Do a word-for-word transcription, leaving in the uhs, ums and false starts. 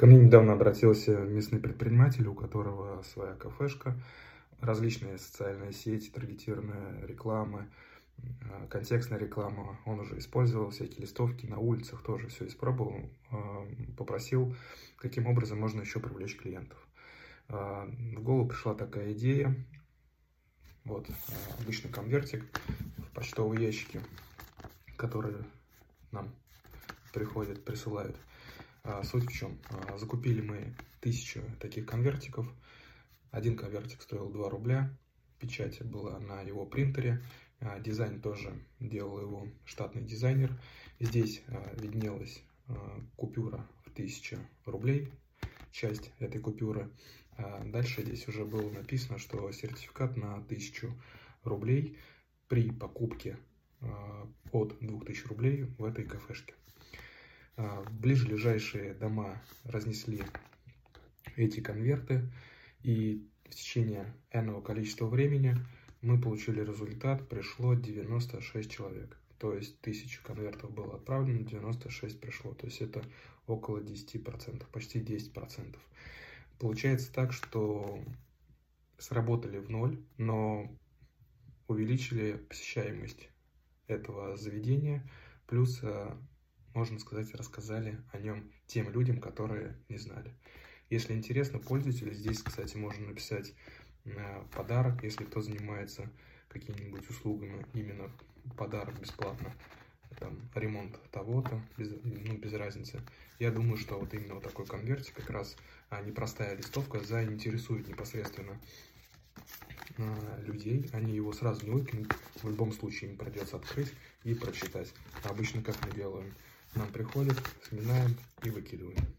Ко мне недавно обратился местный предприниматель, у которого своя кафешка, различные социальные сети, таргетированная реклама, контекстная реклама. Он уже использовал всякие листовки на улицах, тоже все испробовал. Попросил, каким образом можно еще привлечь клиентов. В голову пришла такая идея. Вот обычный конвертик в почтовые ящики, которые нам приходят, присылают. Суть в чем? Закупили мы тысячу таких конвертиков. Один конвертик стоил два рубля. Печать была на его принтере. Дизайн тоже делал его штатный дизайнер. Здесь виднелась купюра в тысячу рублей, часть этой купюры. Дальше здесь уже было написано, что сертификат на тысячу рублей при покупке от двух тысяч рублей в этой кафешке. Ближайшие дома разнесли эти конверты, и в течение энного количества времени мы получили результат, пришло девяносто шесть человек. То есть тысяча конвертов было отправлено, девяносто шесть пришло. То есть это около десяти процентов, почти десять процентов. Получается так, что сработали в ноль, но увеличили посещаемость этого заведения, плюс, можно сказать, рассказали о нем тем людям, которые не знали. Если интересно, пользователи, здесь, кстати, можно написать подарок, если кто занимается какими-нибудь услугами, именно подарок бесплатно, там, ремонт того-то, без, ну, без разницы. Я думаю, что вот именно вот такой конвертик, как раз а, непростая листовка, заинтересует непосредственно а, людей. Они его сразу не выкинут, в любом случае им придется открыть и прочитать. А обычно как мы делаем? Нам приходит, сминаем и выкидываем.